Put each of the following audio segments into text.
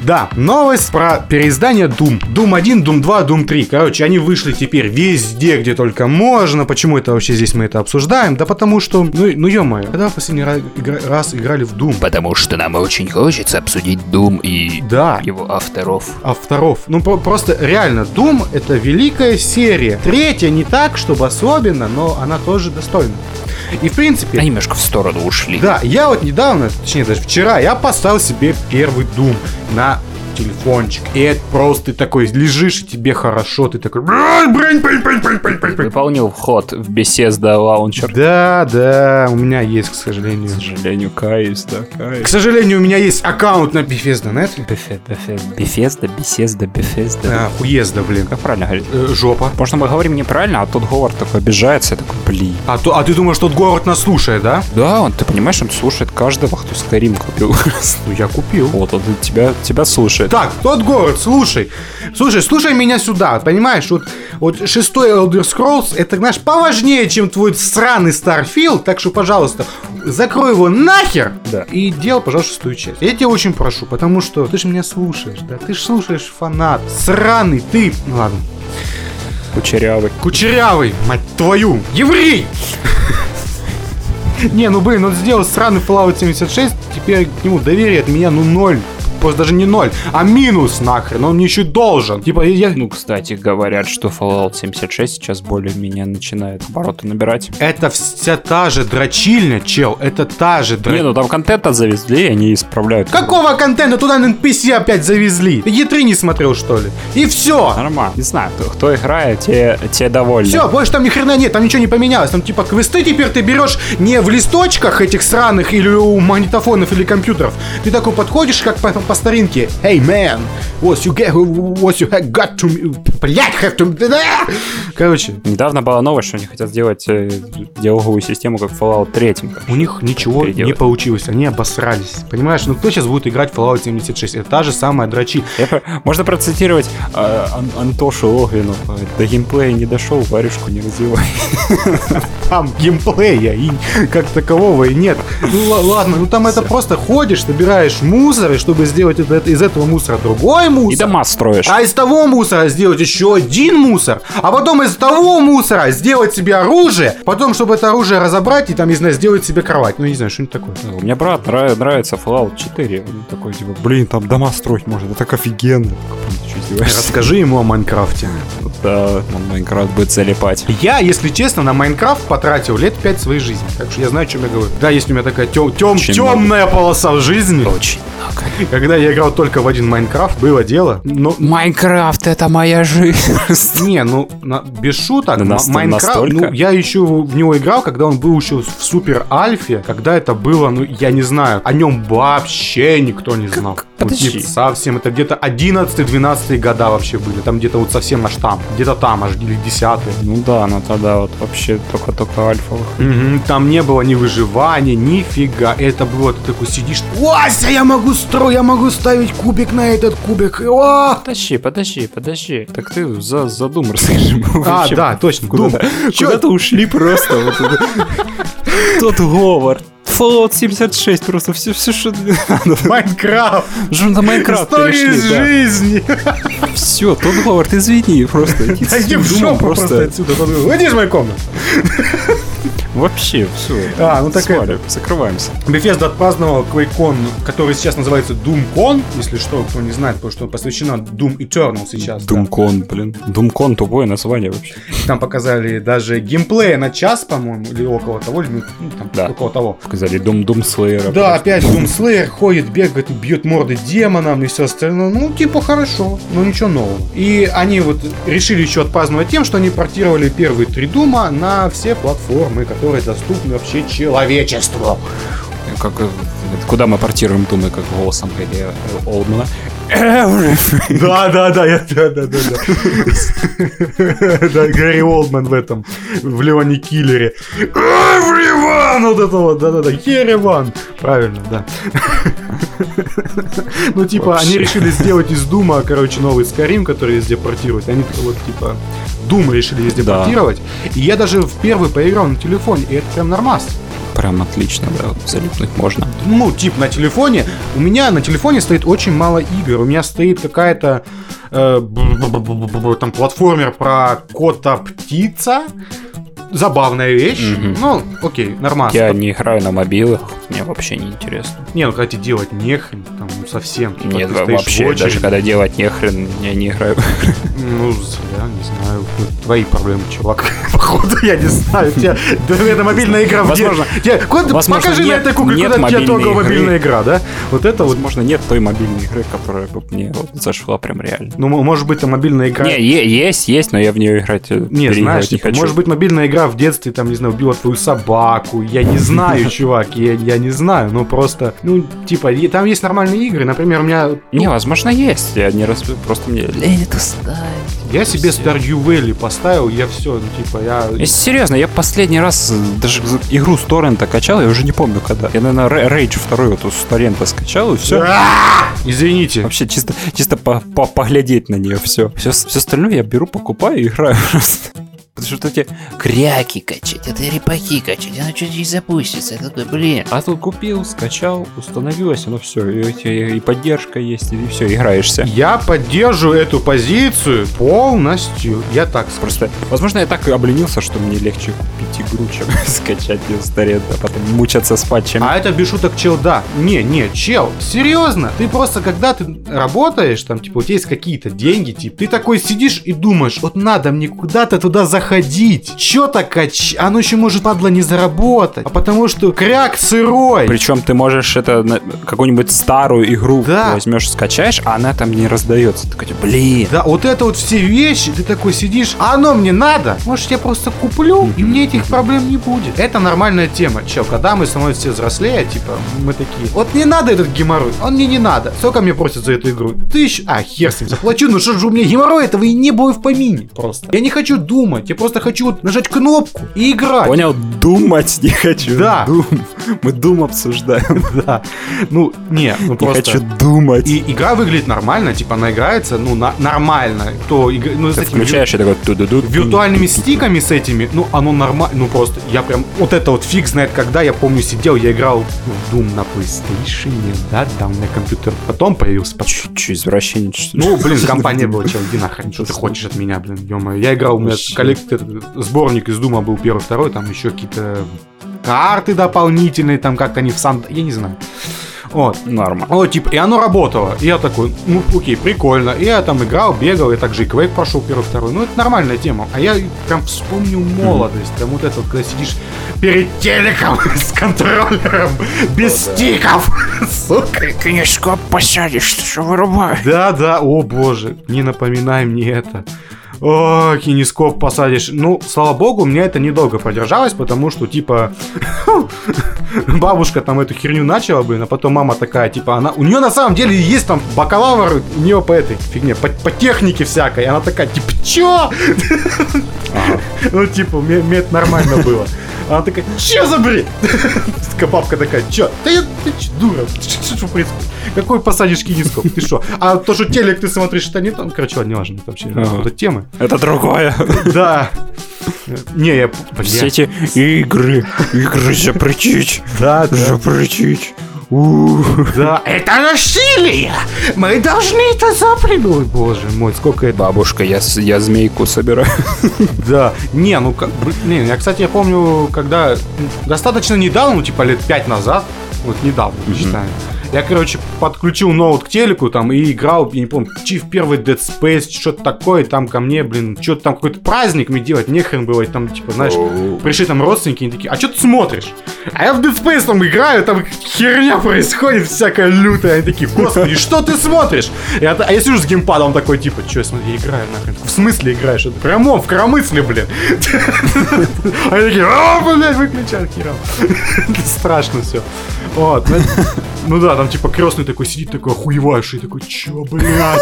Да, новость про переиздание Doom. Doom 1, Doom 2, Doom 3. Короче, они вышли теперь везде, где только можно. Почему это вообще здесь мы это обсуждаем? Да потому что, ну ё-моё, когда в последний раз играли в Doom? Потому что нам очень хочется обсудить Doom и его авторов. Ну, просто реально, Doom — это великая серия. Третья не так, чтобы особенно, но она тоже достойна. И, в принципе... Они немножко в сторону ушли. Да, я вот недавно, точнее, даже вчера, я поставил себе первый Doom на телефончик. И это просто ты такой лежишь, и тебе хорошо, ты такой... Выполнил вход в Bethesda Launcher. Да, у меня есть, к сожалению. К сожалению, кайф. К сожалению, у меня есть аккаунт на Bethesda.net. Bethesda. Уезда, блин. Как правильно говорить? Жопа. Может, мы говорим неправильно, а тот Говард такой обижается, я такой, блин. А ты думаешь, тот Говард нас слушает, да? Да, ты понимаешь, он слушает каждого, кто Skyrim купил. Ну, я купил. Вот, он тебя слушает. Так, тот Говард, слушай меня сюда, понимаешь? Вот 6-й Elder Scrolls, это, знаешь, поважнее, чем твой сраный Starfield, так что, пожалуйста, закрой его нахер, да, и делай, пожалуйста, 6-ю часть. Я тебя очень прошу, потому что ты же меня слушаешь, да? Ты же слушаешь фанат. Сраный ты. Ну ладно. Кучерявый, мать твою, еврей! Не, ну блин, он сделал сраный Fallout 76, теперь к нему доверие от меня, 0. Просто даже не 0, а минус нахрен, он мне еще должен. Типа, Ну, кстати, говорят, что Fallout 76 сейчас более-менее начинает обороты набирать. Это вся та же дрочильня, чел, это та же дрочильня. Не, ну там контента завезли, и они исправляют. Какого контента? Туда NPC опять завезли. Ты E3 не смотрел, что ли? И все. Нормально. Не знаю, кто играет, те довольны. Все, больше там ни хрена нет, там ничего не поменялось. Там типа квесты теперь ты берешь не в листочках этих сраных или у магнитофонов или компьютеров. Ты такой подходишь, как по старинке. Hey man, what you have got to me. Блять, have to... Короче. Недавно была новость, что они хотят сделать диалоговую систему, как в Fallout 3. У них ничего не получилось, они обосрались. Понимаешь, ну кто сейчас будет играть в Fallout 76? Это та же самая дрочи. Можно процитировать Антошу Логвину. До геймплея не дошел, варежку не развивай. Там геймплея и как такового и нет. Ну ладно, ну там это просто ходишь, собираешь мусор, и чтобы сделать из этого мусора другой мусор. И дома строишь. А из того мусора сделать еще один мусор. А потом из того мусора сделать себе оружие. Потом, чтобы это оружие разобрать и там, не знаю, сделать себе кровать. Ну, не знаю, что-нибудь такое. У меня брат нравится Fallout 4. Он такой, типа, блин, там дома строить можно. Это так офигенно. Расскажи ему о Майнкрафте. Да, он Майнкрафт будет залипать. Я, если честно, на Майнкрафт потратил лет 5 своей жизни. Так что я знаю, о чем я говорю. Да, есть у меня такая темная полоса в жизни. Очень много. Когда я играл только в один Майнкрафт, было дело. Но... Майнкрафт — это моя жизнь. Не, ну, без шуток. Майнкрафт, ну, я еще в него играл, когда он был еще в супер альфе. Когда это было, ну, я не знаю. О нем вообще никто не знал. Подожди. Вот, совсем, это где-то 11-12 года вообще были. Там где-то вот совсем аж там. Где-то там, аж или 10-е. Ну да, ну тогда вот вообще только альфовых. Угу, там не было ни выживания, нифига. Это было, ты такой сидишь. Вася, я могу ставить кубик на этот кубик. О! Подожди. Так ты задум расскажи. Да, точно. Куда-то ушли просто. Тот Говард. Fallout 76 просто все, что надо. Майнкрафт. На Майнкрафт перешли, из жизни. Все, тот Говард, извини, просто. Иди в жопу просто отсюда. Выйди из моей комнаты. Вообще, все. Ну так закрываемся. Bethesda отпраздновал QuakeCon, который сейчас называется DoomCon, если что, кто не знает, потому что посвящена Doom Eternal сейчас. DoomCon, блин. DoomCon — тупое название вообще. Там показали даже геймплей на час, по-моему, или около того, или около того. Показали Doom Slayer. Да, опять Doom Slayer ходит, бегает, бьет морды демонам и все остальное. Ну, типа, хорошо, но ничего нового. И они вот решили еще отпраздновать тем, что они портировали первые 3 Дума на все платформы, которые доступны вообще человечеству. Куда мы портируем Думы, как голосом Гэри Олдмана? Да. Да, Гэри Олдман в этом, в Леоне Киллере. Everyone! Вот это вот, да. Everyone! Правильно, да. Ну, типа, они решили сделать из Дума, короче, новый Skyrim, который везде портируют. Они вот, типа, Doom решили везде портировать. И я даже в первый поиграл на телефоне, и это прям нормас. Прям отлично, да, залипнуть можно. Ну, типа на телефоне. У меня на телефоне стоит очень мало игр. У меня стоит какая-то там платформер про кота-птица. Забавная вещь. Ну, окей, нормально. Я не играю на мобилах, мне вообще не интересно. Не, ну, кстати, делать нехрен, там, совсем. Типа, нет, вообще, даже когда делать нехрен, я не играю. Ну, я не знаю. Твои проблемы, чувак. Походу, я не знаю. Это мобильная игра. Возможно, покажи на этой кукле, куда у тебя только мобильная игра, да? Вот это вот. Возможно, нет той мобильной игры, которая бы мне зашла прям реально. Ну, может быть, там мобильная игра... Не, есть, но я в нее играть не знаешь, не хочу. Может быть, мобильная игра в детстве, там, не знаю, убила твою собаку. Я не знаю, чувак, я не знаю. Ну, просто, ну, типа, там есть нормальные игры. Например, у меня... Не, возможно, есть. Я не раз... Просто мне лень это ставить. Я себе Stardew Valley поставил, я все, ну, типа, я... Если серьезно, я последний раз даже игру с торрента качал, я уже не помню когда. Я, наверное, Rage 2 вот с торрента скачал, и все. Извините. Вообще, чисто поглядеть на нее, все. Все остальное я беру, покупаю и играю просто. Потому что эти кряки качать, это репаки качать, оно что-то не запустится. Я такой, блин. А тут купил, скачал, установилось, оно все. И поддержка есть, и все, играешься. Я поддерживаю эту позицию полностью. Я так скажу. Просто, возможно, я так обленился, что мне легче купить игру, чем скачать ее с торрента, а потом мучаться с патчами. А это без шуток, чел, да. Не, чел, серьезно. Ты просто, когда ты работаешь, там, типа, у тебя есть какие-то деньги, типа, ты такой сидишь и думаешь, вот надо мне куда-то туда заходить. Чё-то оно еще может, падла, не заработать. А потому что кряк сырой. Причем ты можешь какую-нибудь старую игру возьмешь, скачаешь, а она там не раздается. Ты такой, блин. Да, вот это вот все вещи, ты такой сидишь, а оно мне надо. Может, я просто куплю, и мне этих проблем не будет. Это нормальная тема. Чел, когда мы становимся все взрослее, типа, мы такие, вот не надо этот геморрой, он мне не надо. Сколько мне просят за эту игру? 1000. Хер с ним заплачу, ну что же у меня геморрой этого и не было в помине просто. Я не хочу думать, я просто хочу вот нажать кнопку и играть. Понял, думать не хочу. Да. Мы Doom обсуждаем. Да. Ну, не, ну просто... Не хочу думать. И игра выглядит нормально, типа она играется, ну, нормально. Ты включаешь и такой... Виртуальными стиками с этими, ну, оно нормально. Ну, просто я прям... Вот это вот фиг знает когда, я помню, сидел, я играл в Doom на PlayStation, да, там на компьютер. Потом появился... Че, извращенец, что ли? Ну, блин, компания была, чел, иди нахрен, что ты хочешь от меня, блин, ё-моё. Я играл, у меня сборник из Дума был первый, второй, там еще какие-то карты дополнительные, там как-то они я не знаю. Вот. Норма. Вот, типа, и оно работало. И я такой, ну, окей, прикольно. И я там играл, бегал, я также и Quake прошел первый, второй. Ну, это нормальная тема. А я прям вспомнил молодость. Там вот это вот, когда сидишь перед телеком с контроллером, без стиков. Сука. Конечно, посадишь, ты что вырубаешь? Да, о боже, не напоминай мне это. О, кинескоп посадишь. Ну, слава богу, у меня это недолго продержалось, потому что, типа, бабушка там эту херню начала, блин, а потом мама такая, типа, у нее на самом деле есть там бакалавр, у нее по этой фигне, по технике всякой, и она такая, типа, чё? Ну, типа, мне это нормально было. Она такая, чё за бред? Бабка такая, чё? Да ты чё, дура? Что происходит? Какой посадишь кинескоп? Ты что? А то, что телек ты смотришь, это не там. Короче, ладно, не важно, это вообще это тема. Это другое. Да. Не, я... Все эти игры запретить. Да. Запретить. Да, это насилие! Мы должны это запретить. Ой, боже мой, сколько это... Бабушка, я змейку собираю. Да, не, ну, блин, я, кстати, я помню, когда достаточно недавно, ну, типа, лет 5 назад, вот недавно, считаю, я, короче, подключил ноут к телеку там и играл, я не помню, в первый Dead Space, что-то такое, там ко мне, блин, что-то там какой-то праздник мне делать, нехрен было, и там, типа, знаешь, пришли там родственники, и такие, а что ты смотришь? А я в Dead Space там играю, там херня происходит всякая лютая, они такие, господи, что ты смотришь? А я сижу с геймпадом такой, типа, что я смотрю, я играю нахрен, в смысле играешь? Это прямо в коромысле, блин. Они такие, блядь, выключай, херам. Страшно все. Вот, Ну да, там типа крестный такой сидит, такой охуевающий, такой, чё, блядь?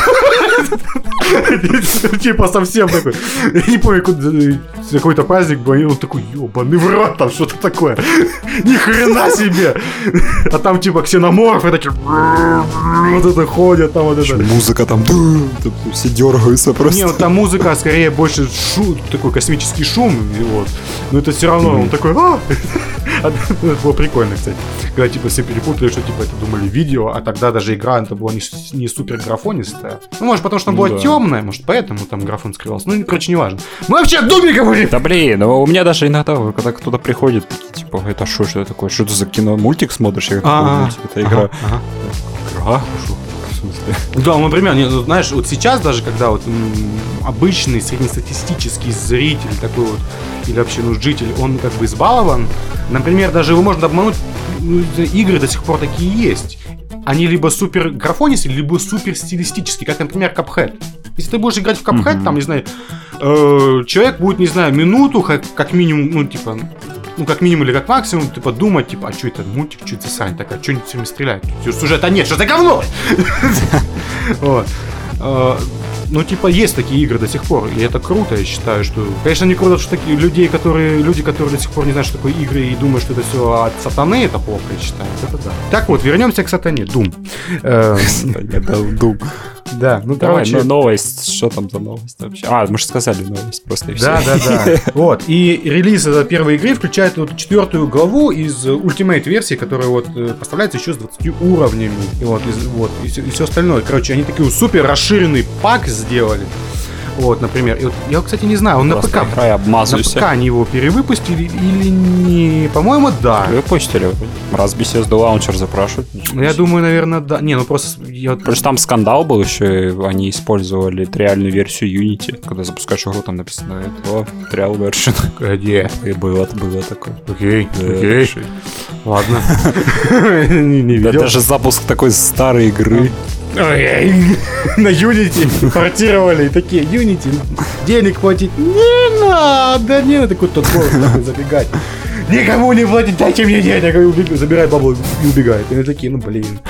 Типа совсем такой. Я не помню, какой-то праздник был, и он такой, ёбаный в рот, там что-то такое. Ни хрена себе. А там типа ксеноморфы такие вот это ходят, там вот это. Музыка там, все дергаются просто. Не, ну там музыка скорее больше шум, такой космический шум, и вот. Но это все равно, он такой, это было прикольно, кстати. Когда типа все перепутали, что типа это думали видео, а тогда даже игра это была не супер графонистая. Ну, может, потому что она была темная, может, поэтому там графон скрывался. Ну, короче, не важно. Мы вообще о Думе говорим! Да блин, у меня даже иногда, когда кто-то приходит, типа, это что это такое? Что это за кино? Мультик смотришь? Я говорю, это игра. Игра? Да, например, знаешь, вот сейчас даже, когда вот обычный среднестатистический зритель такой вот, или вообще, житель, он как бы избалован, например, даже его можно обмануть, игры до сих пор такие есть. Они либо супер графонистые, либо супер стилистические, как, например, Cuphead. Если ты будешь играть в Cuphead, там, не знаю, человек будет, не знаю, минуту, как минимум, как минимум или как максимум, типа, думать, типа, а что это мультик, что это сань такая, что они всеми стреляют? Сюжета нет, что за говно? Вот. Ну, типа, есть такие игры до сих пор, и это круто, я считаю, что... Конечно, не круто, что такие люди, которые до сих пор не знают, что такое игры, и думают, что это все от сатаны, это плохо, я считаю. Это да. Так вот, вернемся к сатане. Doom. Doom. Да, ну, давай, короче... новость, что там за новость вообще? Мы же сказали новость, просто и все. Да. Вот, и релиз этой первой игры включает вот 4-ю главу из Ultimate-версии, которая вот поставляется еще с 20 уровнями, и все остальное. Короче, они такой супер расширенный пак сделали. Вот, например. И вот, я, кстати, не знаю, он просто на ПК. На ПК они его перевыпустили или не? По-моему, да. Выпустили. Раз Bethesda Launcher запрашивают. Я думаю, наверное, да. Не, просто... Просто там скандал был еще, они использовали реальную версию Unity. Когда запускаешь игру, там написано Trial Version. Где? И было такое. Окей. Ладно. Не видел. Даже запуск такой старой игры. На Unity портировали и такие, Unity, денег платить не надо, не надо, такой тот голос такой забегать. Никому не платить, дайте мне денег, забирает бабло и убегает. И они такие, блин.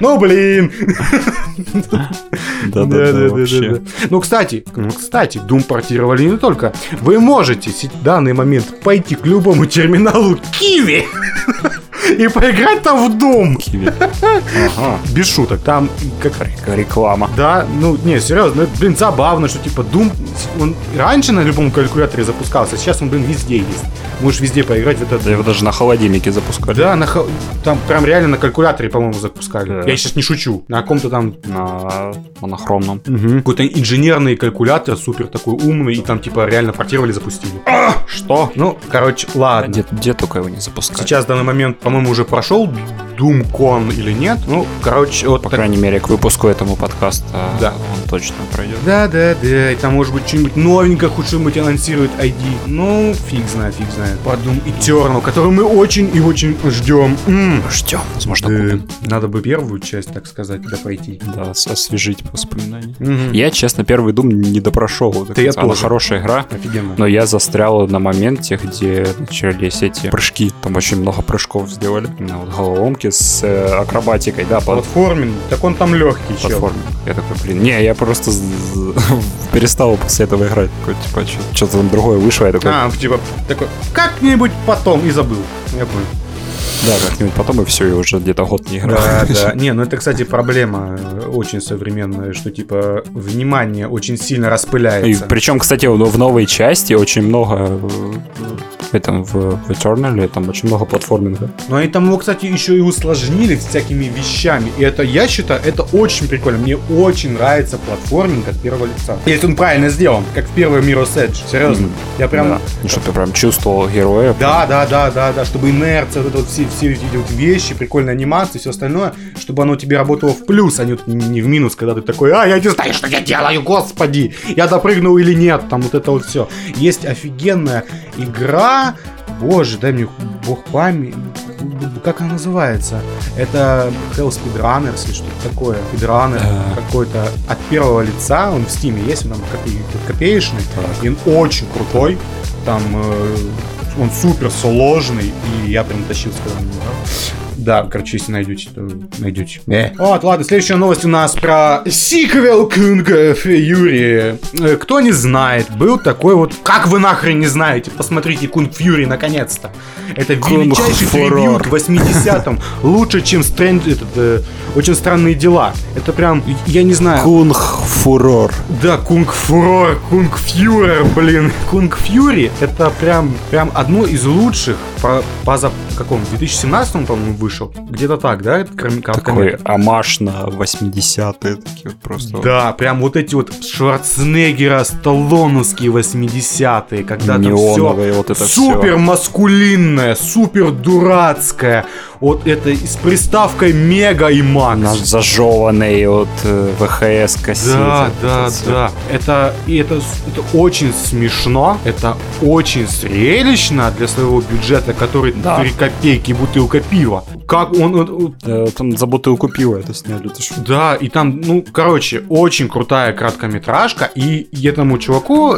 Да. Ну, кстати, Doom портировали не только. Вы можете в данный момент пойти к любому терминалу Kiwi и поиграть там в Doom. Ага. Без шуток, там как реклама. Да, серьезно, забавно, что типа Doom, он раньше на любом калькуляторе запускался, сейчас он, везде есть. Можешь везде поиграть в этот. Да, его даже на холодильнике запускали. Да, там прям реально на калькуляторе, по-моему, запускали. Да. Я сейчас не шучу. На каком-то там... На монохромном. Какой-то инженерный калькулятор, супер такой умный, и там типа реально портировали, запустили. Что? Ну, короче, ладно. Где только его не запускали? Сейчас в данный момент, по-моему, уже прошел DoomCon или нет. Ну, короче, вот по крайней мере, к выпуску этому подкаста он точно пройдет. Да. И там, может быть, что-нибудь новенькое, хоть что-нибудь анонсирует ID. Ну, фиг знает. По Doom Eternal, который мы очень и очень ждем. Ждем. Возможно, купим. Надо бы первую часть, так сказать, пройти. Да, освежить воспоминания. Я, честно, первый Doom не допрошел. Она хорошая игра. Офигенно. Но я застрял на моменте, где начались эти прыжки. Там очень много прыжков сделали. Головоломки с акробатикой, да. Платформинг. Так он там легкий, чел. Я такой, я просто перестал после этого играть. Такой, что-то там другое вышло. Я такой... такой, как-нибудь потом, и забыл. Я понял. Да, как-нибудь потом и все, и уже где-то год не играл. Да. Не, это, кстати, проблема очень современная, что, типа, внимание очень сильно распыляется. И причем, кстати, в новой части очень много... в Eternal там очень много платформинга. Ну, они там его, кстати, еще и усложнили всякими вещами. И это, я считаю, это очень прикольно. Мне очень нравится платформинг от первого лица. Если он правильно сделан, как в первой Mirror's Edge. Серьезно. Я прям... Да. Ну, чтобы ты прям чувствовал героя. Да. Чтобы инерция, все эти вещи, прикольная анимация и все остальное, чтобы оно тебе работало в плюс, а не в минус, когда ты такой, я не знаю, что я делаю, господи, я допрыгнул или нет, там вот это вот все. Есть офигенная игра, боже, дай мне бог память, как она называется? Это Hell Speedrunners или что-то такое, Speedrunner какой-то от первого лица, он в Steam есть, он там копеечный, и он очень крутой, там... Он супер сложный, и я прям тащился, когда он играл. Да, короче, если найдете, то найдете. Вот, ладно, следующая новость у нас про сиквел Кунга Фьюри. Кто не знает, был такой вот... Как вы нахрен не знаете? Посмотрите Кунг Фьюри, наконец-то. Это величайший трибьют 80-м. Лучше, чем Очень странные дела. Это прям, я не знаю... Кунг Фурор. Да, Кунг Фурор, Кунг Фьюрер, блин. Кунг Фьюри это прям одно из лучших по каком? 2017-му, по-моему, вышел. Где-то так, да? Такой омаж на 80-е такие вот просто. Да, прям вот эти вот Шварценеггера, сталлоновские 80-е, когда там все вот это супер маскулинное, супер дурацкое. Вот это с приставкой Мега и Макс. Зажеванный от ВХС кассеты. Да. Это очень смешно, это очень зрелищно для своего бюджета, который 3 копейки бутылка пива. Как он... Там за бутылку пива это сняли. Да, и там, очень крутая короткометражка, и этому чуваку,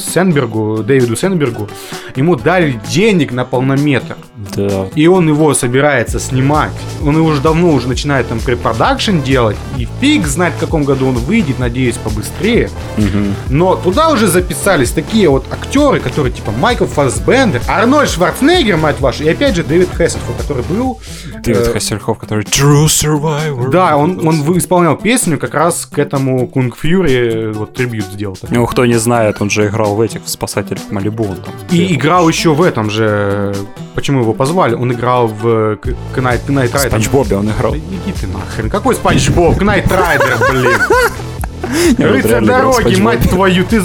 Дэвиду Сенбергу, ему дали денег на полнометр. Да. И он его собирается снимать. Он его уже давно начинает там препродакшн делать, и фиг знает, в каком году он выйдет, надеюсь, побыстрее. Но туда уже записались такие вот актеры, которые типа Майкл Фассбендер, Арнольд Шварценеггер, мать вашу, и опять же Дэвид Хессельхоф, который был... Дэвид Хессельхоф, который True Survivor. Да, он исполнял песню как раз к этому Кунг Фьюри, вот трибьют сделал. Ну, кто не знает, он же играл в этих «Спасателях Малибу». И играл еще в этом же... Почему его позвали? Он играл в Knight Rider. В Спанч Бобе он играл. Иди ты нахрен. Какой Спанч Боб? Knight Rider, блин. Рыцарь дороги, мать твою, ты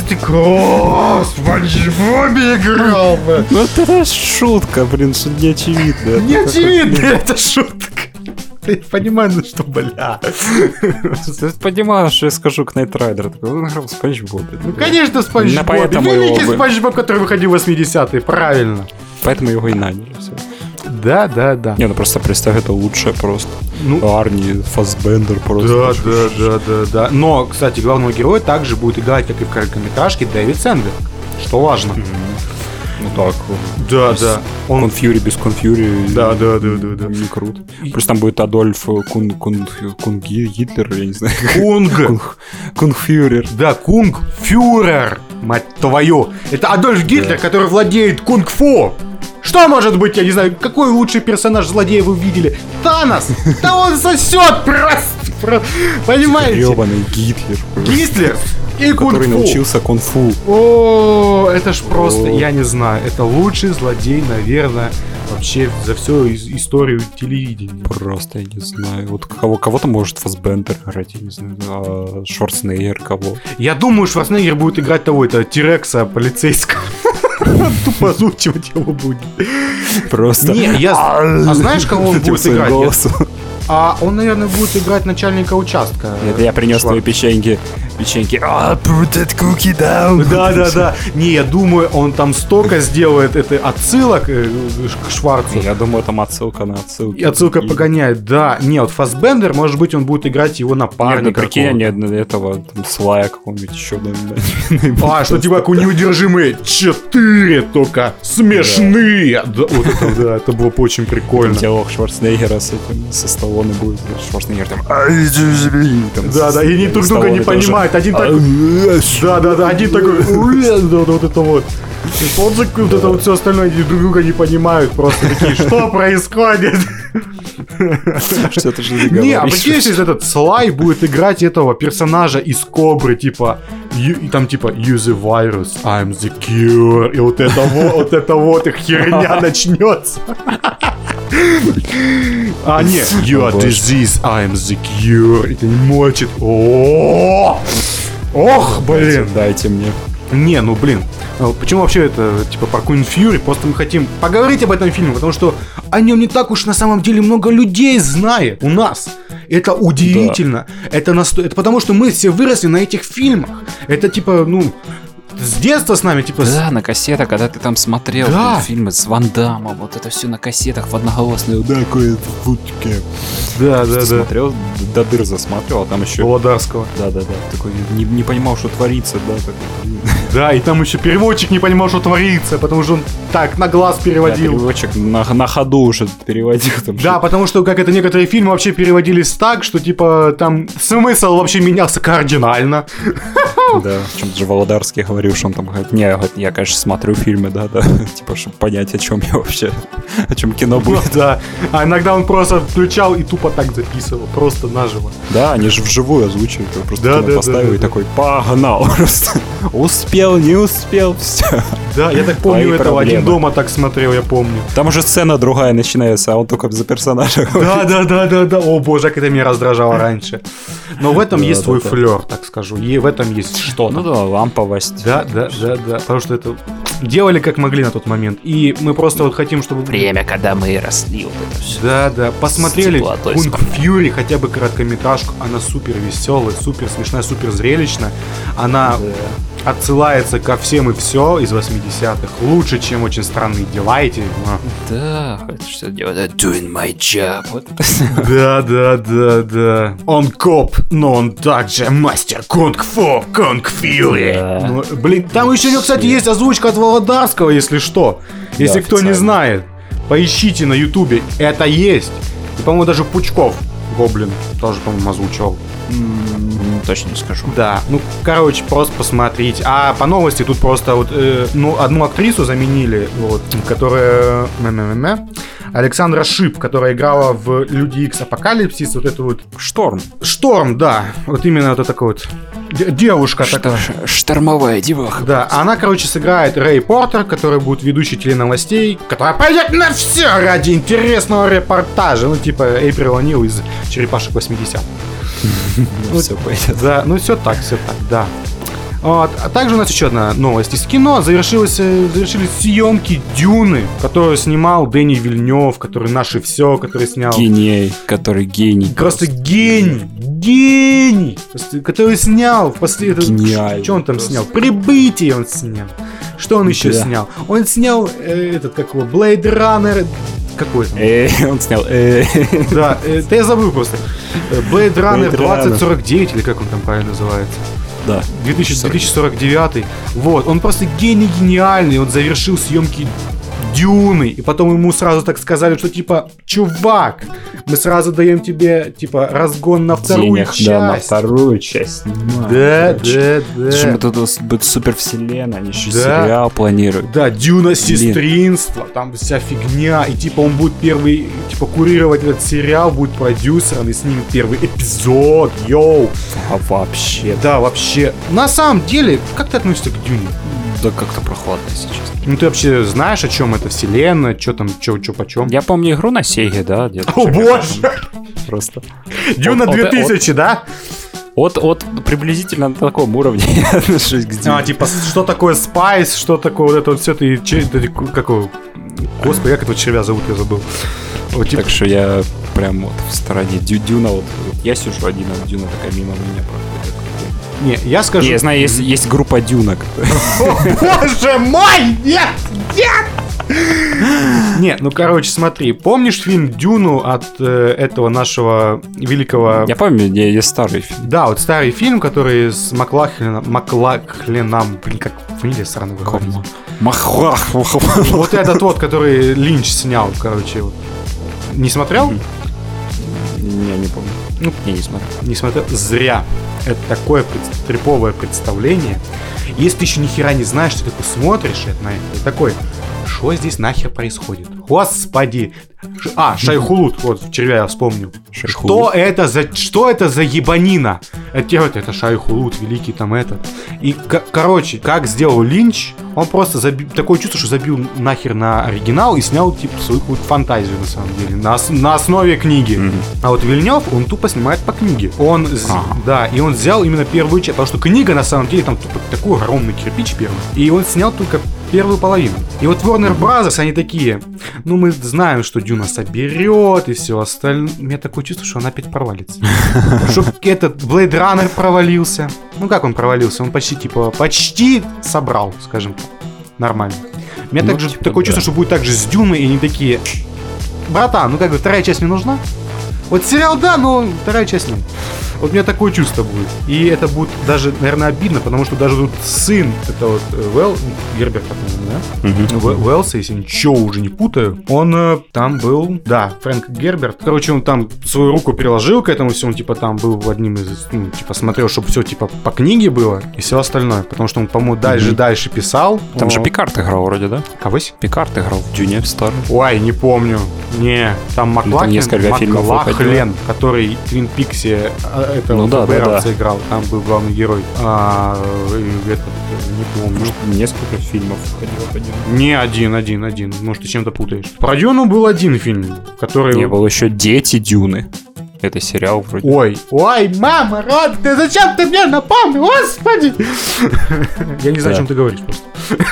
в Спанч Бобе играл бы. Ну это шутка, блин, что не очевидно. Не очевидно, это шутка. Ты понимаешь, ну что, бля. Ты понимаешь, что я скажу Knight Rider. Он играл в Спанч Бобе. Ну конечно, Спанч Боб. Великий Спанч Боб, который выходил в 80-е, правильно. Поэтому его и наняли, все. Да. Не, ну просто представь, это лучшее просто. Арни, Фассбендер просто. Да. Но, кстати, главного героя также будет играть, как и в короткометражке, Дэвид Сенберг. Что важно. Ну так. Да. Он Фьюри без Конфьюри. Да. Не круто. Плюс там будет Адольф Кунг Гитлер, я не знаю. Кунг Фьюрер. Да, Кунг Фюрер, мать твою. Это Адольф Гитлер, который владеет кунг-фу. Что может быть, я не знаю, какой лучший персонаж злодея вы видели? Танос! Да он сосет просто! Понимаете? Ёбаный Гитлер. Гитлер и кунг-фу. Который научился кунг-фу. О, это ж просто, я не знаю, это лучший злодей, наверное, вообще за всю историю телевидения. Просто я не знаю. Вот кого-то может Фассбендер играть, я не знаю, а Шварценеггер кого. Я думаю, Шварценеггер будет играть это Тирекса полицейского. Тупо озвучивать его будет. Просто. Не, а знаешь, кого он будет играть? А он, наверное, будет играть начальника участка. Это я принес твои печеньки. Put that cookie down. Да. Не, я думаю, он там столько сделает отсылок к Шварцу. Я думаю, там отсылка на отсылку. И отсылка погоняет, да. Не, вот Фассбендер, может быть, он будет играть его напарника. Нет, ну прикинь, нет этого там Слая какого-нибудь еще. Что типа как у неудержимые 4 только смешные. Вот это, да, это было бы очень прикольно. Диалог Шварценеггера с этим, со Сталлоне будет. Шварценеггер там... Да, и они друг друга не понимают. Один такой... Да, один такой... Вот это вот. Вот это вот все остальное, они друг друга не понимают. Просто такие, что происходит? Что ты же не говоришь? Не, а прикинь, если этот Слай будет играть этого персонажа из Кобры, типа, и там типа, you the virus, I'm the cure. И вот это вот их херня начнется. А, нет, you are disease, I'm the cure. Это не мочит. Ох, блин. Дайте мне. Не, ну блин. Почему вообще это, типа, про Кунг Фьюри? Просто мы хотим поговорить об этом фильме, потому что о нем не так уж на самом деле много людей знает у нас. Это удивительно. Да. Это потому что мы все выросли на этих фильмах. Это типа, с детства с нами, типа... Да, на кассетах, когда ты там смотрел фильмы с Ван Даммом, вот это все на кассетах в одноголосные, да, какое-то футке. Да. Смотрел, до дыр засматривал, а там еще... Володарского. Да. Такой не понимал, что творится, да. Такой. Да, и там еще переводчик не понимал, что творится, потому что он так на глаз переводил. Да, переводчик на ходу уже переводил. Там, да, потому что, как это, некоторые фильмы вообще переводились так, что, типа, там смысл вообще менялся кардинально. Да, чем же Володарский говорил, что он там говорит, я, конечно, смотрю фильмы, да, типа, чтобы понять, о чем я вообще, о чем кино будет. Да, а иногда он просто включал и тупо так записывал, просто наживо. Да, они же вживую озвучивают, просто кино поставил и такой, погнал, просто успел, не успел, все. Да, я так помню, этого «Один дома» так смотрел, я помню. Там уже сцена другая начинается, а он только за персонажа говорит. Да, о боже, как это меня раздражало раньше. Но в этом есть свой флёр, так скажу, и в этом есть что-то. Ну да, ламповость. Да, потому что это делали как могли на тот момент, и мы просто вот хотим, чтобы... Время, когда мы росли, вот это все. Да, посмотрели Kung Fury, хотя бы короткометражку, она супер веселая, супер смешная, супер зрелищная, она... отсылается ко всем и все из 80-х. Лучше, чем «Очень странные дела» эти. Да, что делать? Doing my job. Вот. Да. Он коп, но он также мастер кунг-фу, Кунг-Фьюри. Да. Ну, блин, там еще, кстати, есть озвучка от Володарского, если что. Если кто не знает, поищите на ютубе. Это есть. И, по-моему, даже Пучков, Гоблин, тоже, по-моему, озвучивал. Точно не скажу. Да, ну, короче, просто посмотреть. А по новости тут просто вот, одну актрису заменили, вот, которая... Александра Шип, которая играла в Люди Икс Апокалипсис, вот эту вот... Шторм, да. Вот именно вот такая вот девушка такая. Штормовая деваха. Да, она, короче, сыграет Рэй Портер, которая будет ведущей теленовостей, которая пойдет на все ради интересного репортажа. Ну, типа Эйприл О'Нил из «Черепашек 80». Все пойдет. Да, ну все так, да. Вот. А также у нас еще одна новость из кино. Завершились съемки «Дюны», которую снимал Дэни Вильнёв, который наше все, который снял... Гений, который гений. Просто гений! Который снял... Гениально. Что он там снял? «Прибытие» он снял. Что он еще снял? Он снял Blade Runner... Какой-то. Он снял. Да, это я забыл просто. Blade Runner 2049, или как он там правильно называется? Да. 2049. Вот, он просто гениальный. Он завершил съемки «Дюны», и потом ему сразу так сказали, что типа, чувак, мы сразу даем тебе типа разгон на вторую часть. Да, на вторую часть. Да. Причем это будет супервселенная, они еще сериал планируют. Да, «Дюна. Сестринство», там вся фигня, и типа он будет первый, типа курировать этот сериал, будет продюсером и снимет первый эпизод, йоу. А вообще. Да, вообще. На самом деле, как ты относишься к «Дюне»? Да как-то прохладно, если честно. Ну ты вообще знаешь, о чем эта вселенная, что там, что почем? Я помню игру на Сеге, да, где-то. О боже! Просто. «Дюна 2000, да? Вот приблизительно на таком уровне я отношусь к «Дюне». Типа, что такое Спайс, что такое вот это вот все, ты, какого, господи, как этого червя зовут, я забыл. Вот, типа... Так что я прям вот в стороне «Дюна», вот я сижу один, а «Дюна» такая мимо меня проходит. Не, я скажу... Я знаю, есть группа «Дюна». О, боже мой! Нет! Не, ну короче, смотри, помнишь фильм «Дюну» от этого нашего великого... Я помню, есть старый фильм. Да, вот старый фильм, который с Маклахленом, блин, как фамилия сраная выходит. Вот этот вот, который Линч снял, короче. Не смотрел? Не помню. Ну, я не смотрел. Не смотрел? Зря. Это такое триповое представление. Если ты еще ни хера не знаешь, что ты посмотришь на это, ты такой, что здесь нахер происходит? Господи. Шайхулут, вот в червя я вспомнил. Что это за ебанина? Это Шайхулут, великий там этот. И, короче, как сделал Линч, он просто такое чувство, что забил нахер на оригинал и снял, типа, свою какую-то фантазию, на самом деле, на основе книги. А вот Вильнёв, он тупо снимает по книге. Да, и он взял именно первую часть, потому что книга, на самом деле, там тупо такой огромный кирпич первый. И он снял только первую половину. И вот Warner Brothers, они такие, ну мы знаем, что Дюна соберет и все остальное. У меня такое чувство, что она опять провалится. Чтоб этот Blade Runner провалился. Ну как он провалился? Он почти собрал, скажем так. Нормально. У меня такое чувство, что будет так же с Дюной, и они такие: братан, вторая часть не нужна? Вот сериал да, но вторая часть нет. Вот у меня такое чувство будет. И это будет даже, наверное, обидно, потому что даже тут сын, это вот Герберт, да? Уэллса, если ничего уже не путаю, он там был, да, Фрэнк Герберт. Короче, он там свою руку приложил к этому всему, там был одним из, смотрел, чтобы все, по книге было и все остальное. Потому что он, по-моему, дальше писал. Там же Пикард играл вроде, да? Когось? Пикард играл в Дюне старый. Ой, не помню. Не, там Маклахлен, который в Твин Пиксе этого ФБРовца играл, там был главный герой. Не помню. Может, несколько фильмов ходило по Дюну? Не, один. Может, ты чем-то путаешь. Про Дюну был один фильм, который... Не, был еще «Дети Дюны». Это сериал вроде. Ой, мама, Род, ты зачем ты мне напомнил, господи? Я не знаю, о чем ты говоришь просто.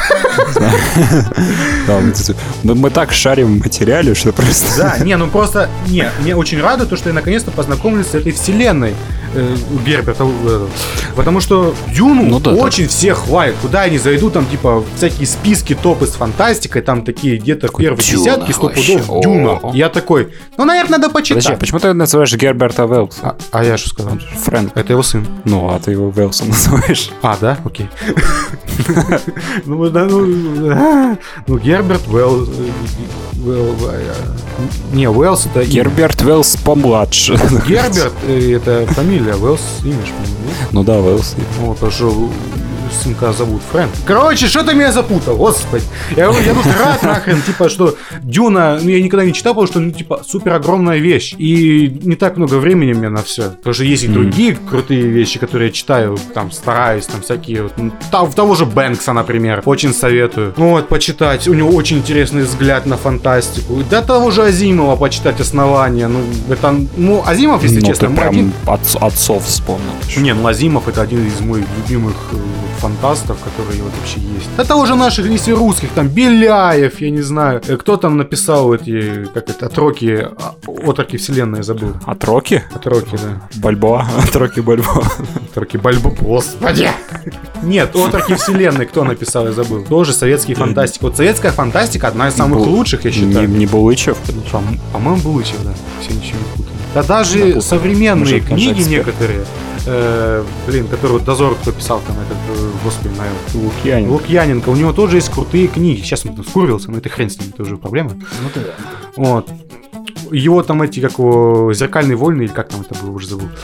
Мы так шарим в материале, что просто... Да, мне очень рада то, что я наконец-то познакомился с этой вселенной Герберта. Потому что Дюну очень все хвалят. Куда они зайдут, там всякие списки, топы с фантастикой, там такие где-то первые десятки, 100 пудов Дюна. Я такой, наверное, надо почитать. Подожди, почему ты называешь Герберта Уэллса? А я что сказал? Фрэнк. Это его сын. Ну, а ты его Уэллсом называешь. А, да? Окей. Герберт Уэллс... Не, Уэллс это... Герберт Уэллс помладше. Герберт это фамилия, Уэллс имя, Ну да, Уэллс. Вот, потому что сынка зовут Фрэнк. Короче, что ты меня запутал, господи. Я тут рад нахрен, что Дюна, я никогда не читал, потому что, супер огромная вещь. И не так много времени у меня на все. Потому что есть и другие крутые вещи, которые я читаю, стараюсь, всякие, того же Бэнкса, например. Очень советую. Почитать. У него очень интересный взгляд на фантастику. До того же Азимова почитать «Основания». Азимов, если честно, ты прям отцов вспомнил. Не, Азимов это один из моих любимых фантастов, которые вообще есть. До того же наших, если русских, Беляев, я не знаю. Кто там написал эти, отроки вселенной, забыл. Отроки? Отроки, да. Бальбоа. Отроки Бальбоа. Отроки Бальбоа, господи. Нет, отроки вселенной кто написал, я забыл. Тоже советские фантастики. Вот советская фантастика одна из самых лучших, я считаю. Не Булычев? По-моему, Булычев, да. Все ничего не путают. Да даже современные книги некоторые, который «Дозор» кто писал, господи, наверное, Лукьяненко, у него тоже есть крутые книги. Сейчас он скурвился, но это хрен с ним, это уже проблема. Вот. Его «Зеркальные войны», или как там это было, уже забыл.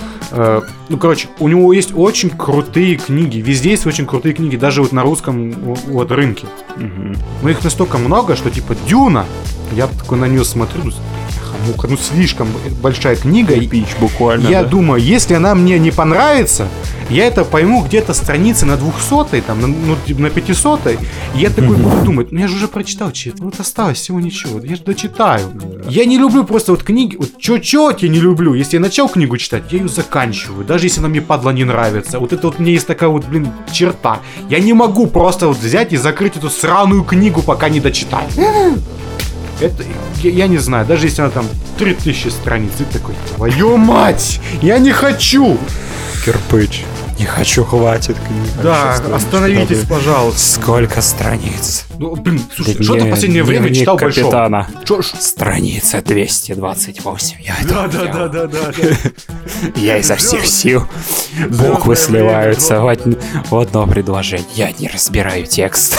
У него есть очень крутые книги. Везде есть очень крутые книги, даже на русском рынке. Но их настолько много, что Дюна, я такой на нее смотрю, слишком большая книга. Пич, буквально. Я думаю, если она мне не понравится, я это пойму где-то страницы на 200-й, на 500-й, и я такой буду думать, я же уже прочитал, осталось всего ничего, я же дочитаю. Я не люблю просто книги, чё-чё я не люблю. Если я начал книгу читать, я ее заканчиваю, даже если она мне, падла, не нравится. Это у меня есть такая черта. Я не могу просто взять и закрыть эту сраную книгу, пока не дочитаю. Это, я не знаю, даже если она 3000 страниц, ты такой, твою мать, я не хочу. Кирпич. Не хочу, хватит книг. Да, остановитесь, пожалуйста. Сколько страниц? Слушай, что ты в последнее время читал капитана. Страница 228. Да. Я изо всех сил. Буквы сливаются в одно предложение. Я не разбираю текст.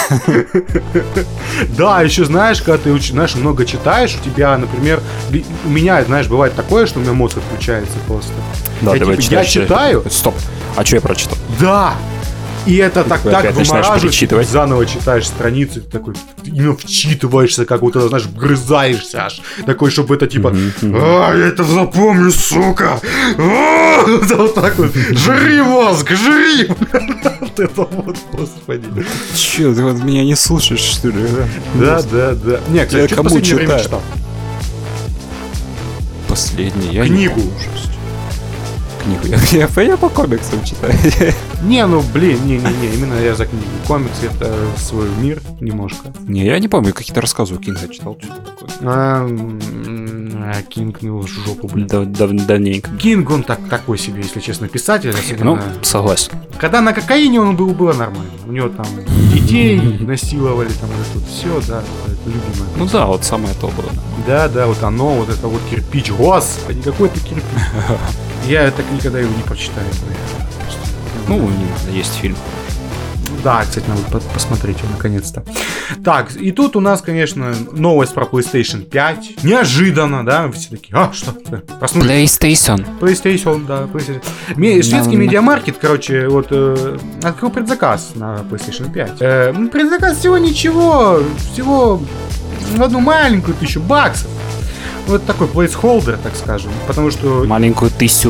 Да, еще знаешь, когда ты много читаешь, у тебя, например, у меня, бывает такое, что у меня мозг отключается просто. Да, я читаю. Стоп. А что я прочитал? Да! И это так вымораживает, заново читаешь страницу, ты такой, именно вчитываешься, как будто, вгрызаешься аж. Такой, чтобы это я это запомню, сука! Вот так вот, жри мозг, жри! Вот это господи. Че, ты меня не слушаешь, что ли? Да. Не, кстати, что кому последнее время читал? Последний? Я книгу. Я по комиксам читаю. Не, именно я за книгу. Комиксы — это свой мир немножко. Не, я не помню, какие-то рассказы у Кинга читал, что-то такое. Кинг, ну в жопу, блин. Давненько. Кинг, он такой себе, если честно, писатель. Ну, согласен. Когда на кокаине он было нормально. У него там детей насиловали, там вот это все, да, это любимое. Ну да, вот самое то было. Да, вот оно, вот это вот кирпич. Господи, какой это кирпич. Я так никогда его не прочитаю. Ну, не надо, есть фильм. Да, кстати, надо посмотреть его наконец-то. Так, и тут у нас, конечно, новость про PlayStation 5. Неожиданно, да? Все такие, что? Проснулись. PlayStation, да. Шведский медиамаркет, короче, вот открыл предзаказ на PlayStation 5. Предзаказ всего ничего, всего одну маленькую $1000. Вот такой placeholder, так скажем, потому что... Маленькую $1000.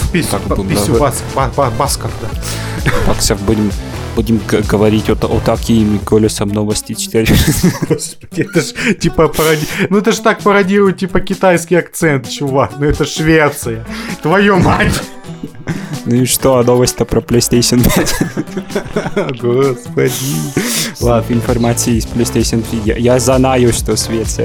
Басков, да. Баксов будем говорить о такими колесом новости 4. Господи, это ж типа ну это ж так пародирует типа китайский акцент, чувак. Ну это Швеция. Твою мать. Ну и что, новость-то про PlayStation 5? Господи. Ладно, информация из PlayStation 5. Я знаю, что Швеция.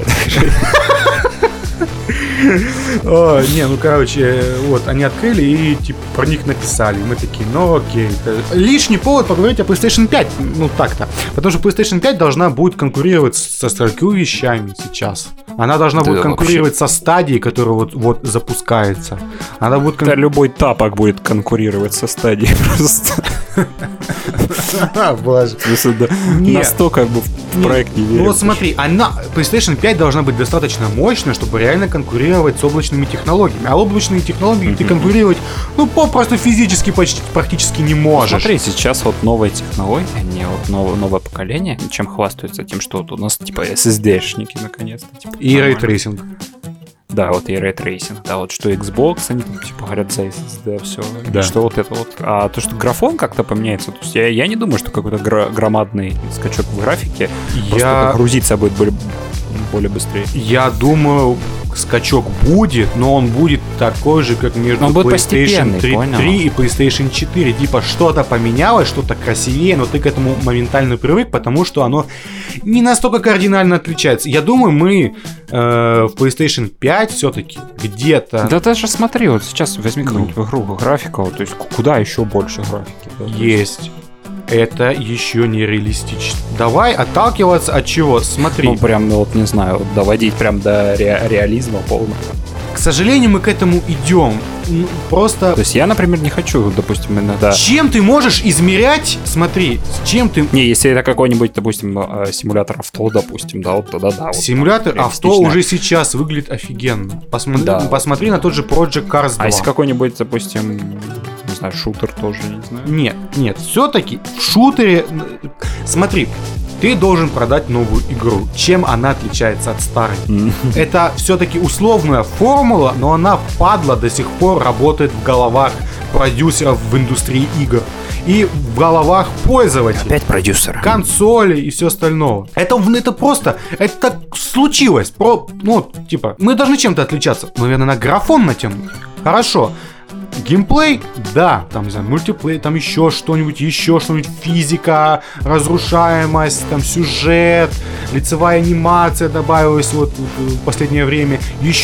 Ну короче, вот, они открыли и типа про них написали. Мы такие, ну окей. Лишний повод поговорить о PlayStation 5. Ну так-то. Потому что PlayStation 5 должна будет конкурировать со столькими вещами сейчас. Она должна будет конкурировать со стадией, которая вот запускается. Она будет любой тапок будет конкурировать со стадией просто. Боже. Настолько в проект не верю. Ну вот смотри, PlayStation 5 должна быть достаточно мощной, чтобы реально конкурировать с облачными технологиями. А облачные технологии ты конкурировать, ну, попросту физически практически не можешь. Смотри, сейчас вот новые технологии, они вот новое поколение, чем хвастаются? Тем, что вот у нас типа SSD-шники наконец-то. Типа, и рейтрейсинг. Да, вот и рейтрейсинг. Да, вот что Xbox, они там типа говорят за SSD, все. Да. И что вот это вот. А то, что графон как-то поменяется, то есть я не думаю, что какой-то громадный скачок в графике просто грузиться будет более быстрее. Я думаю, скачок будет, но он будет такой же, как между PlayStation 3 и PlayStation 4. Типа что-то поменялось, что-то красивее, но ты к этому моментально привык, потому что оно не настолько кардинально отличается. Я думаю, мы в PlayStation 5 все-таки где-то... Да даже смотри, вот сейчас возьми какую-нибудь игру графика, то есть куда еще больше графики? Да? Есть. Это еще не реалистично. Давай отталкиваться от чего? Смотри. Ну, прям, вот не знаю, доводить прям до реализма полного. К сожалению, мы к этому идем. Просто... То есть я, например, не хочу, допустим, иногда... Чем ты можешь измерять? Смотри, с чем ты... Не, если это какой-нибудь, допустим, симулятор авто, допустим, да, вот тогда да. Симулятор вот, авто уже сейчас выглядит офигенно. Посмотри на тот же Project Cars 2. А если какой-нибудь, допустим... Не знаю, шутер тоже, не знаю. Нет, все-таки в шутере... Смотри, ты должен продать новую игру. Чем она отличается от старой? Это все-таки условная формула, но она, падла, до сих пор работает в головах продюсеров в индустрии игр. И в головах пользователей. Опять продюсер. Консоли и все остальное. Это просто... Это так случилось. Мы должны чем-то отличаться. Наверное, на графон натянуть. Хорошо. Геймплей, да, там, не знаю, мультиплей, там еще что-нибудь, физика, разрушаемость, там, сюжет, лицевая анимация добавилась вот в последнее время,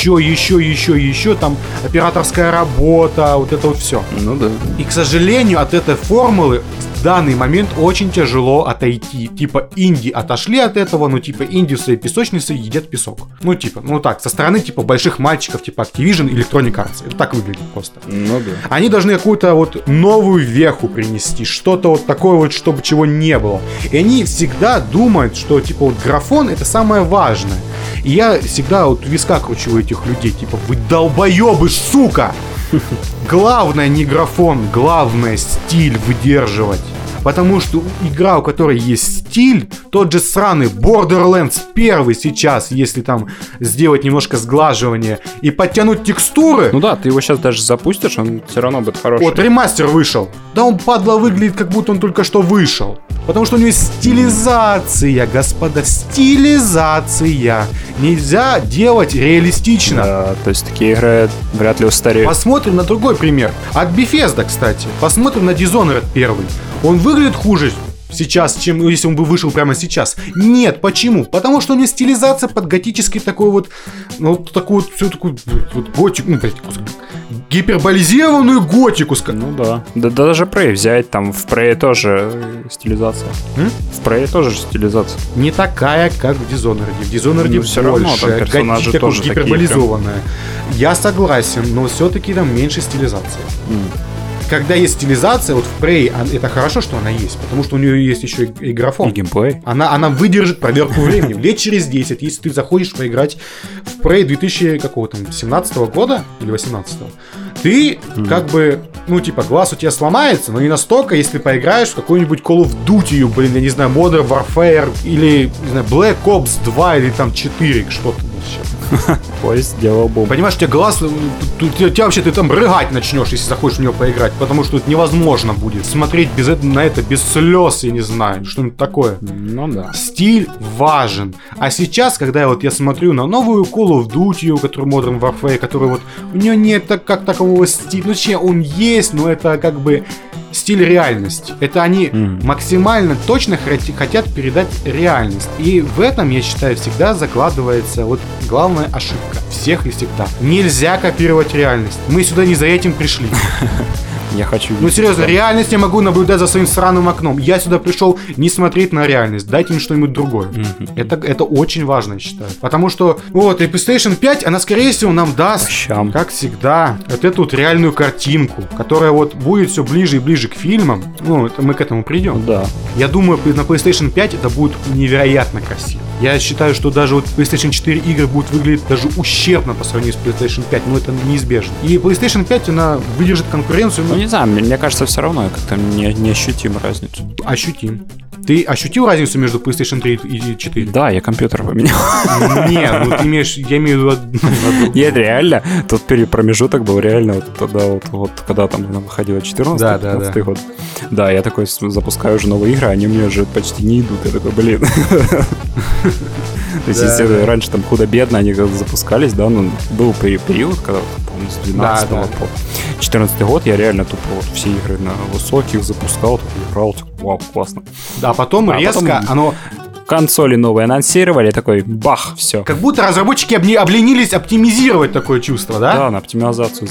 еще, там, операторская работа, вот это вот все. Ну да. И, к сожалению, от этой формулы в данный момент очень тяжело отойти. Типа, инди отошли от этого, но типа инди в своей песочнице едят песок. Со стороны типа больших мальчиков, типа Activision, Electronic Arts. Это так выглядит просто. Ну да. Они должны какую-то вот новую веху принести, что-то вот такое вот, чтобы чего не было. И они всегда думают, что типа вот графон это самое важное. И я всегда вот виска кручу у этих людей, типа, вы долбоебы, сука! Главное не графон, главное стиль выдерживать. Потому что игра, у которой есть стиль, тот же сраный Borderlands 1 сейчас, если там сделать немножко сглаживания и подтянуть текстуры... Ну да, ты его сейчас даже запустишь, он все равно будет хороший. Вот ремастер вышел. Да он, падла, выглядит, как будто он только что вышел. Потому что у него стилизация, господа, стилизация. Нельзя делать реалистично. Да, то есть такие игры вряд ли устареют. Посмотрим на другой пример. От Bethesda, кстати. Посмотрим на Dishonored 1. Он выглядит хуже. сейчас, чем если он бы вышел прямо сейчас. Нет, почему? Потому что у него стилизация под готический такой вот, ну, такую вот, всю такую вот готику, ну, блядь, гиперболизированную готику. Ну да. Да даже Prey взять, там в Prey тоже стилизация. В Prey тоже стилизация. Не такая, как в Dishonored. В Dishonored ну, все равно там персонажи тоже гиперболизованная. Я согласен, но все-таки там меньше стилизации. Когда есть стилизация, вот в Prey, это хорошо, что она есть, потому что у нее есть еще и графон. И геймплей. Она выдержит проверку времени. Лет через 10, если ты захочешь поиграть в Prey 2017 года или 18, ты как бы, ну типа, глаз у тебя сломается, но не настолько, если поиграешь в какой-нибудь Call of Duty, блин, я не знаю, Modern Warfare или, не знаю, Black Ops 2 или там 4, что-то сейчас. Ой, сделал бомбу. Понимаешь, у тебя глаз, тебя вообще, ты там рыгать начнешь, если захочешь в него поиграть, потому что это невозможно будет смотреть на это без слез, я не знаю, что-нибудь такое. Ну да. Стиль важен. А сейчас, когда я смотрю на новую Call of Duty, у которой Modern Warfare, который вот, у нее нет как такового стиля, ну точнее, он есть, но это как бы стиль реальности. Это они максимально точно хотят передать реальность. И в этом, я считаю, всегда закладывается вот главная ошибка. Всех и всегда. Нельзя копировать реальность. Мы сюда не за этим пришли. Я хочу... Ну серьезно, реальность я могу наблюдать за своим сраным окном. Я сюда пришел не смотреть на реальность. Дайте мне что-нибудь другое. Это очень важно, я считаю. Потому что, вот, и PlayStation 5, она, скорее всего, нам даст, как всегда, вот эту вот реальную картинку, которая вот будет все ближе и ближе к фильмам. Ну, мы к этому придем. Да. Я думаю, на PlayStation 5 это будет невероятно красиво. Я считаю, что даже вот PlayStation 4 игры будут выглядеть даже ущербно по сравнению с PlayStation 5, но это неизбежно. И PlayStation 5, она выдержит конкуренцию. Ну, не знаю, мне кажется, все равно я как-то не ощутим разницу. Ощутим. Ты ощутил разницу между PlayStation 3 и 4? Да, я компьютер поменял. Нет, ну ты имеешь, я имею в виду... Нет, реально, тот промежуток был реально вот тогда, вот когда там выходило 14-15 год. Да, я такой запускаю уже новые игры, они у меня уже почти не идут. Я такой, блин. То есть, если раньше там худо-бедно они запускались, да, ну, был период, когда, по-моему, с 12 по 14 год я реально тупо вот все игры на высоких запускал, играл, вау, классно. Да, потом резко оно... Консоли новые анонсировали, такой бах, все. Как будто разработчики обленились оптимизировать такое чувство, да? Да, на оптимизацию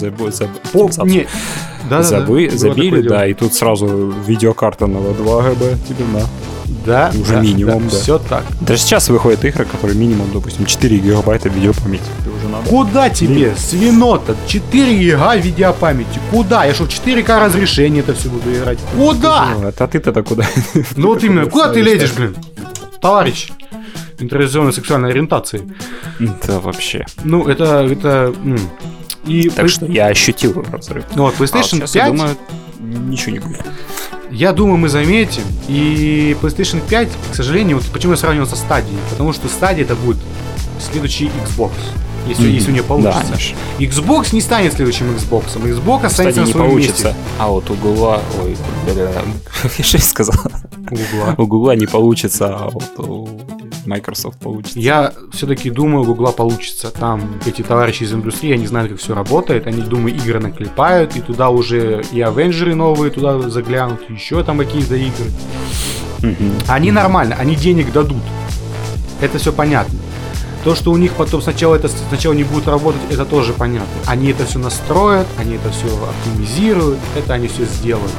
забили, да, и тут сразу видеокарта на 2 ГБ тебе на. Да, уже минимум, да. Все так. Даже сейчас выходят игры, которые минимум, допустим, 4 гигабайта видеопамяти. Куда тебе, свинота, 4 гига видеопамяти? Куда? Я что, в 4К разрешение это все буду играть? Куда? А ты-то куда? Ну вот именно, куда ты лезешь, блин? Товарищ интервенционной сексуальной ориентации. Да вообще. Ну, это и так что я ощутил разрыв. Ну вот, PlayStation 5... Я думаю, ничего не будет. Я думаю, мы заметим. И PlayStation 5, к сожалению, вот почему я сравнивал со Stadia? Потому что Stadia это будет следующий Xbox. Если у нее получится. Да, Xbox не станет следующим Xbox. Xbox останется на своем месте. А вот у Гугла... Ой, я что сказал? У Гугла не получится, а вот у Microsoft получится. Я все-таки думаю, у Гугла получится. Там эти товарищи из индустрии, они знают, как все работает. Они, думаю, игры наклепают. И туда уже и Авенджеры новые туда заглянут. Еще там какие-то игры. Они нормально, они денег дадут. Это все понятно. То, что у них потом сначала не будет работать, это тоже понятно. Они это все настроят, они это все оптимизируют, это они все сделают.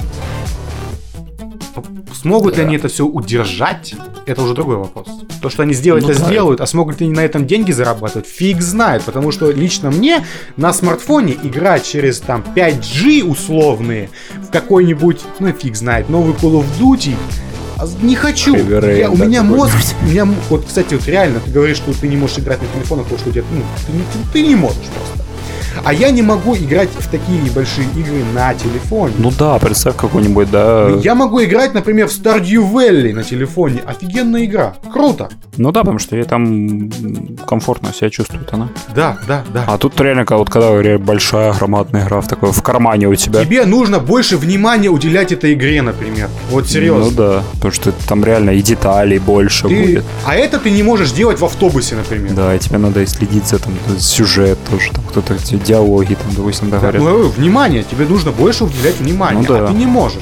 Смогут ли они это все удержать, это уже другой вопрос. То, что они сделают, сделают, а смогут ли они на этом деньги зарабатывать, фиг знает. Потому что лично мне на смартфоне играть через там 5G условные в какой-нибудь, ну фиг знает, новый Call of Duty, не хочу. У меня мозг... Вот, кстати, вот реально, ты говоришь, что ты не можешь играть на телефонах, потому что у тебя... ты не можешь просто. А я не могу играть в такие небольшие игры на телефоне. Ну да, представь какой-нибудь, да. Я могу играть, например, в Stardew Valley на телефоне. Офигенная игра. Круто. Ну да, потому что ей там комфортно себя чувствует она. Да. А тут реально, когда большая, громадная игра в кармане у тебя. Тебе нужно больше внимания уделять этой игре, например. Вот серьезно. Ну да, потому что там реально и деталей больше будет. А это ты не можешь делать в автобусе, например. Да, и тебе надо и следить за там сюжет тоже, там кто-то диалоги там, допустим, говорят. Ну, внимание, тебе нужно больше уделять внимание, а ты не можешь.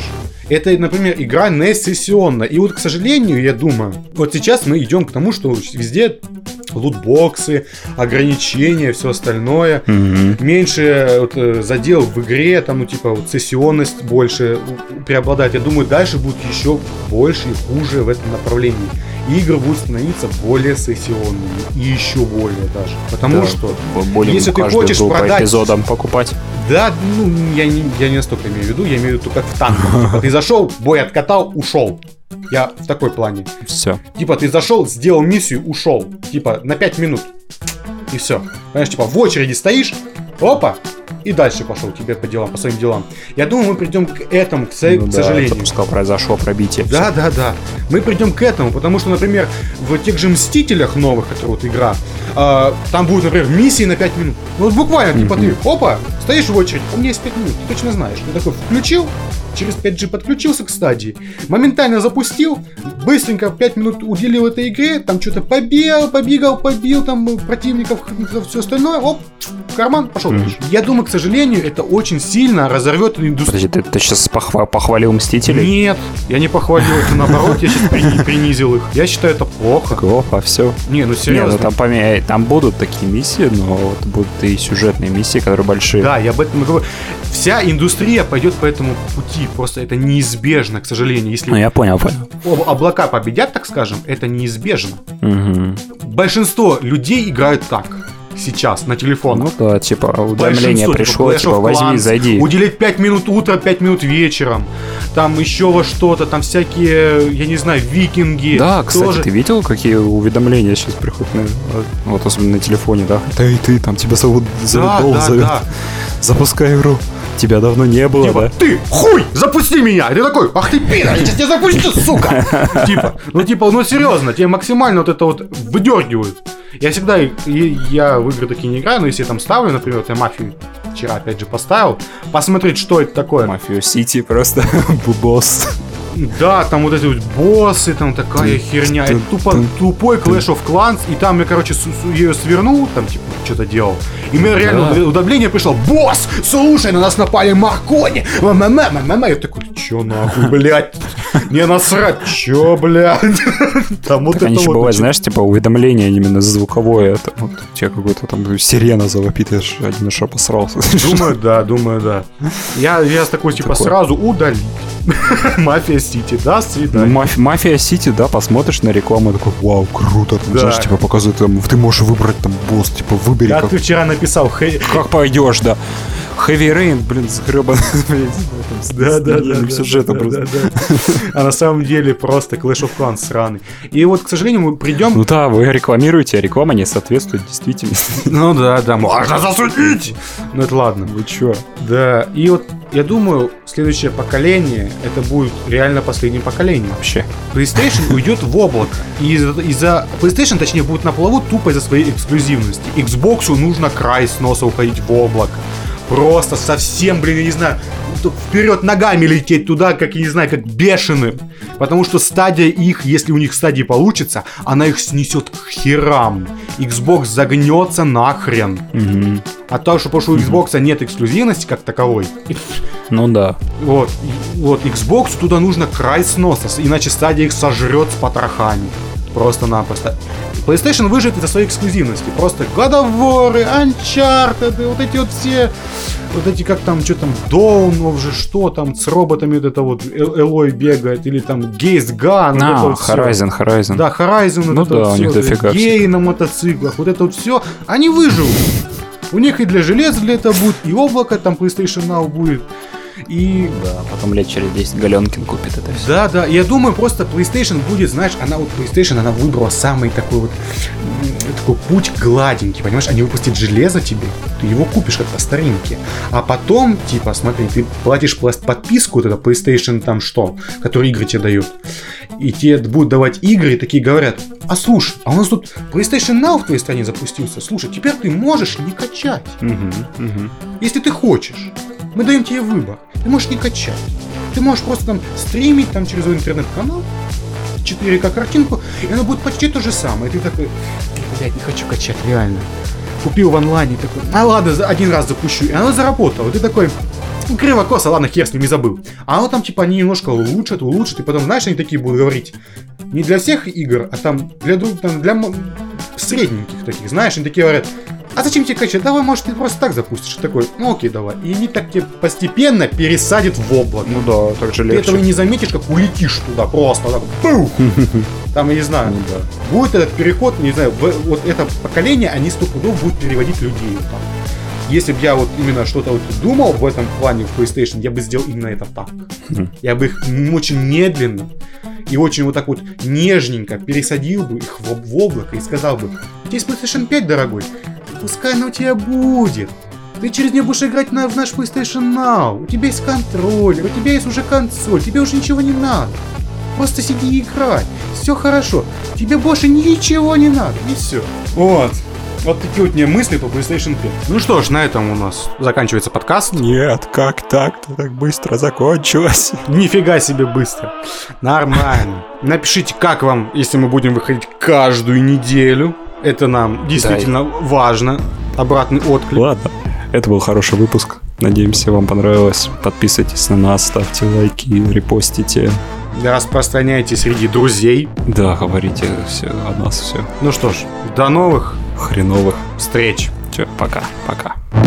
Это, например, игра не сессионная. И вот, к сожалению, я думаю, вот сейчас мы идем к тому, что везде лутбоксы, ограничения, все остальное. Меньше вот, задел в игре, там, ну, типа, вот, сессионность больше преобладает. Я думаю, дальше будет еще больше и хуже в этом направлении. Игры будут становиться более сессионными. И еще более даже. Потому что, если ты хочешь продать... эпизодам покупать. Да, ну, я не настолько имею в виду. Я имею в виду, как в танках. Типа, ты зашел, бой откатал, ушел. Я в такой плане. Все. Типа, ты зашел, сделал миссию, ушел. Типа, на 5 минут. И все. Понимаешь, типа, в очереди стоишь, опа, и дальше пошел тебе по делам, по своим делам. Я думаю, мы придем к этому, к сожалению. Запускал, произошло пробитие. Да. Мы придем к этому, потому что, например, в тех же Мстителях новых, которые вот игра, там будут, например, миссии на 5 минут. Ну вот буквально, типа, ты, опа, стоишь в очередь, у меня есть 5 минут, ты точно знаешь. Ты такой включил, через 5G подключился к стадии, моментально запустил, быстренько 5 минут уделил этой игре, там что-то побил там противников, все остальное, оп, в карман, пошел дальше. Я думаю, к сожалению, это очень сильно разорвет индустрию. Подожди, ты сейчас похвалил Мстителей? Нет, я не похвалил, это наоборот, я сейчас принизил их. Я считаю, это плохо. Плохо, все. Не, ну серьезно. Не, ну там будут такие миссии, но вот будут и сюжетные миссии, которые большие. Да, я об этом и говорю. Вся индустрия пойдет по этому пути. Просто это неизбежно, к сожалению. Если я понял. Облака победят, так скажем, это неизбежно. Угу. Большинство людей играют так. Сейчас на телефонах. Ну да, типа уведомление пришло, типа возьми, зайди. Уделить 5 минут утро, 5 минут вечером. Там еще во что-то, там всякие, я не знаю, викинги. Да, кстати, тоже. Ты видел, какие уведомления сейчас приходят, вот особенно на телефоне, да? Ты, там тебя зовут, да. Запускай игру. Тебя давно не было, типа, да? Ты, хуй, запусти меня! И ты такой, ах ты пидор, я сейчас тебя запущу, сука! Ну серьезно, тебе максимально вот это вот выдергивают. Я всегда, я в игры такие не играю, но если я там ставлю, например, я Мафию вчера опять же поставил, посмотреть, что это такое. Мафию Сити просто, босс. Да, там вот эти вот боссы, там такая херня. Это тупой Clash of Clans. И там я, короче, ее свернул, там, типа, что-то делал. И мне реально уведомление пришло: босс, слушай, на нас напали Маркони. Я такой, чё нахуй, блядь? Не насрать, чё, блядь? Там вот это еще бывает, знаешь, типа уведомление именно звуковое. Вот у тебя какой-то там сирена завопит, я же один аж обосрался. Думаю, да. Я такой, типа, сразу удалить. Мафия Сити, да, свидание. Мафия Сити, да, посмотришь на рекламу, такой, вау, круто, там, да. Знаешь, типа, показывают, там, ты можешь выбрать, там, босс, типа, выбери. Да, ты вчера написал, как пойдешь, да. Heavy Rain, блин, сгребанный, да, сюжета просто. А на самом деле просто Clash of Clans сраный. И вот, к сожалению, мы придем... Ну да, вы рекламируете, а реклама не соответствует действительности. Ну да, можно засудить! Ну это ладно. Вы чё? Да, и вот я думаю, следующее поколение, это будет реально последнее поколение. Вообще. PlayStation уйдет в облако. И из-за PlayStation, точнее, будет на плаву тупо из-за своей эксклюзивности. Xbox'у нужно край с носа уходить в облако. Просто совсем, блин, я не знаю, вперед ногами лететь туда, как, я не знаю, как бешеным. Потому что стадия их, если у них стадия получится, она их снесет к херам. Xbox загнется нахрен. Mm-hmm. А то, что потому что у Xbox нет эксклюзивности как таковой. Ну да. Вот, Xbox туда нужно край с носа, иначе стадия их сожрет с потрохами. Просто-напросто. PlayStation выживет из-за своей эксклюзивности. Просто God of War, Uncharted, вот эти вот все... Вот эти, как там, что там, Dawn, уже что там, с роботами вот это вот Элой бегает, или там Days Gone. Вот Horizon. Да, Horizon. Ну вот да, вот у них дофига. Геи на мотоциклах, вот это вот все. Они выживут. У них и для железа для этого будет, и облако там PlayStation Now будет. И... Да, потом лет через 10 Галенкин купит это все. Да, я думаю, просто PlayStation будет, знаешь, она выбрала самый такой путь гладенький, понимаешь, они выпустят железо тебе, ты его купишь как по старинке, а потом, типа, смотри, ты платишь подписку, вот это PlayStation там что, который игры тебе дает, и тебе будут давать игры, и такие говорят: а слушай, а у нас тут PlayStation Now в твоей стране запустился, слушай, теперь ты можешь не качать, если ты хочешь. Мы даем тебе выбор. Ты можешь не качать. Ты можешь просто там стримить там через интернет-канал 4К картинку, и оно будет почти то же самое. И ты такой, блядь, не хочу качать, реально. Купил в онлайне, такой, ладно, один раз запущу. И оно заработало. И ты такой, криво-косо, ладно, хер с ними, забыл. А вот там, типа, они немножко улучшат, и потом, знаешь, они такие будут говорить, не для всех игр, а там для средненьких таких, знаешь, они такие говорят, а зачем тебе качать? Давай, может, ты просто так запустишь. Такой, ну окей, давай. И они так тебе постепенно пересадят в облако. Ну да, так же легче. Ты этого и не заметишь, как улетишь туда просто. Так, пух! Там, я не знаю, будет этот переход, не знаю, вот это поколение, они стопудов будут переводить людей. Там. Если бы я вот именно что-то вот думал в этом плане в PlayStation, я бы сделал именно это так. Я бы их очень медленно и очень вот так вот нежненько пересадил бы их в облако и сказал бы, у тебя есть PlayStation 5, дорогой? Пускай она у тебя будет. Ты через нее будешь играть в наш PlayStation Now. У тебя есть контроллер, у тебя есть уже консоль, тебе уже ничего не надо. Просто сиди и играй. Все хорошо. Тебе больше ничего не надо. И все. Вот. Вот такие вот у меня мысли по PlayStation 5. Ну что ж, на этом у нас заканчивается подкаст. Нет, как так-то так быстро закончилось? Нифига себе быстро. Нормально. Напишите, как вам, если мы будем выходить каждую неделю. Это нам действительно важно. Обратный отклик. Ладно, это был хороший выпуск. Надеемся, вам понравилось. Подписывайтесь на нас, ставьте лайки, репостите. Распространяйте среди друзей. Да, говорите все о нас все. Ну что ж, до новых хреновых встреч. Все, пока.